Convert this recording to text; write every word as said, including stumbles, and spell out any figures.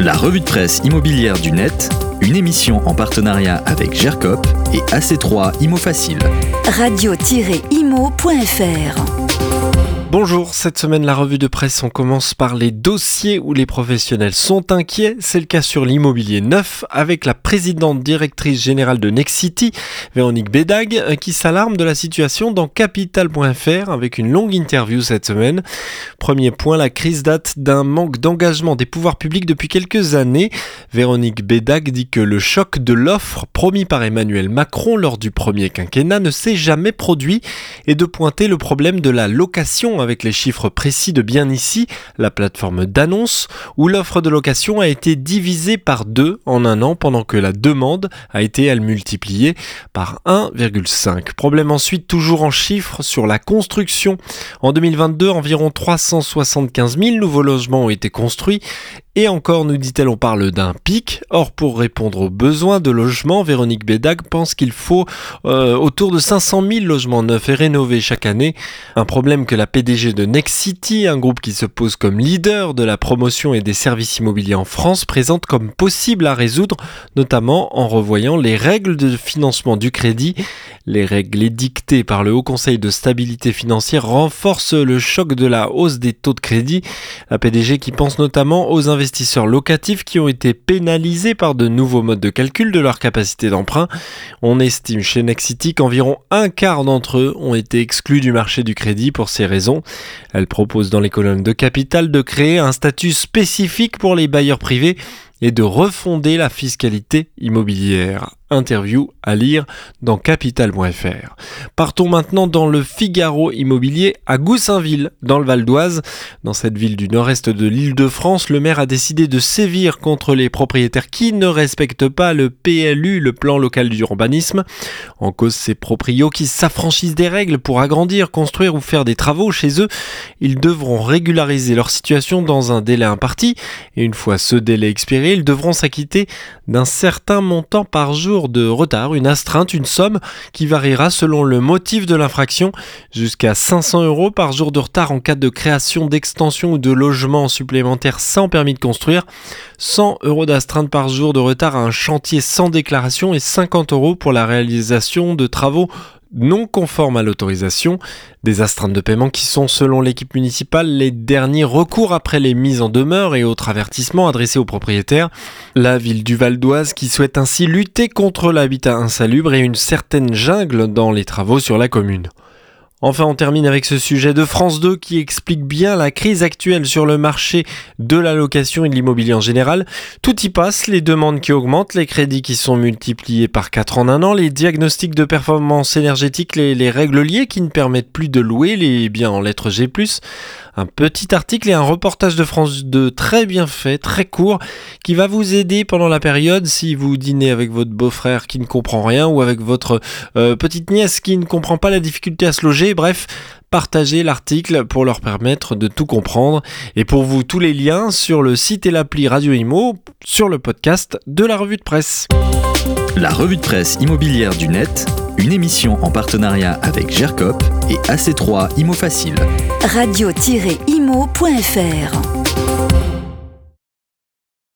La revue de presse immobilière du net, une émission en partenariat avec Gercop et A C trois Imo Facile. radio tiret imo point f r. Bonjour, cette semaine la revue de presse, on commence par les dossiers où les professionnels sont inquiets. C'est le cas sur l'immobilier neuf avec la présidente directrice générale de Nexity, Véronique Bédague, qui s'alarme de la situation dans capital point f r avec une longue interview cette semaine. Premier point, la crise date d'un manque d'engagement des pouvoirs publics depuis quelques années. Véronique Bédague dit que le choc de l'offre promis par Emmanuel Macron lors du premier quinquennat ne s'est jamais produit et de pointer le problème de la location avec les chiffres précis de Bien Ici, la plateforme d'annonce, où l'offre de location a été divisée par deux en un an pendant que la demande a été, elle, multipliée par un virgule cinq. Problème ensuite toujours en chiffres sur la construction. En deux mille vingt-deux, environ trois cent soixante-quinze mille nouveaux logements ont été construits. Et encore, nous dit-elle, on parle d'un pic. Or, pour répondre aux besoins de logement, Véronique Bédague pense qu'il faut euh, autour de cinq cent mille logements neufs et rénovés chaque année. Un problème que la P D G de Nexity, un groupe qui se pose comme leader de la promotion et des services immobiliers en France, présente comme possible à résoudre, notamment en revoyant les règles de financement du crédit. Les règles édictées par le Haut Conseil de stabilité financière renforcent le choc de la hausse des taux de crédit. La P D G qui pense notamment aux investisseurs investisseurs locatifs qui ont été pénalisés par de nouveaux modes de calcul de leur capacité d'emprunt. On estime chez Nexity qu'environ un quart d'entre eux ont été exclus du marché du crédit pour ces raisons. Elle propose dans les colonnes de Capital de créer un statut spécifique pour les bailleurs privés et de refonder la fiscalité immobilière. Interview à lire dans capital point f r. Partons maintenant dans le Figaro immobilier à Goussainville, dans le Val d'Oise. Dans cette ville du nord-est de l'Île-de-France, le maire a décidé de sévir contre les propriétaires qui ne respectent pas le P L U, le plan local d'urbanisme. En cause, ces proprios qui s'affranchissent des règles pour agrandir, construire ou faire des travaux chez eux. Ils devront régulariser leur situation dans un délai imparti. Et une fois ce délai expiré, ils devront s'acquitter d'un certain montant par jour de retard, une astreinte, une somme qui variera selon le motif de l'infraction, jusqu'à cinq cents euros par jour de retard en cas de création, d'extension ou de logement supplémentaire sans permis de construire, cent euros d'astreinte par jour de retard à un chantier sans déclaration et cinquante euros pour la réalisation de travaux non conformes à l'autorisation. Des astreintes de paiement qui sont, selon l'équipe municipale, les derniers recours après les mises en demeure et autres avertissements adressés aux propriétaires. La ville du Val d'Oise qui souhaite ainsi lutter contre l'habitat insalubre et une certaine jungle dans les travaux sur la commune. Enfin, on termine avec ce sujet de France deux qui explique bien la crise actuelle sur le marché de la location et de l'immobilier en général. Tout y passe, les demandes qui augmentent, les crédits qui sont multipliés par quatre en un an, les diagnostics de performance énergétique, les, les règles liées qui ne permettent plus de louer les biens en lettres G plus. Un petit article et un reportage de France deux très bien fait, très court, qui va vous aider pendant la période si vous dînez avec votre beau-frère qui ne comprend rien ou avec votre euh, petite nièce qui ne comprend pas la difficulté à se loger. Bref, partagez l'article pour leur permettre de tout comprendre. Et pour vous, tous les liens sur le site et l'appli Radio Imo, sur le podcast de la revue de presse. La revue de presse immobilière du net, une émission en partenariat avec Gercop et A C trois Imo Facile. radio tiret imo point f r.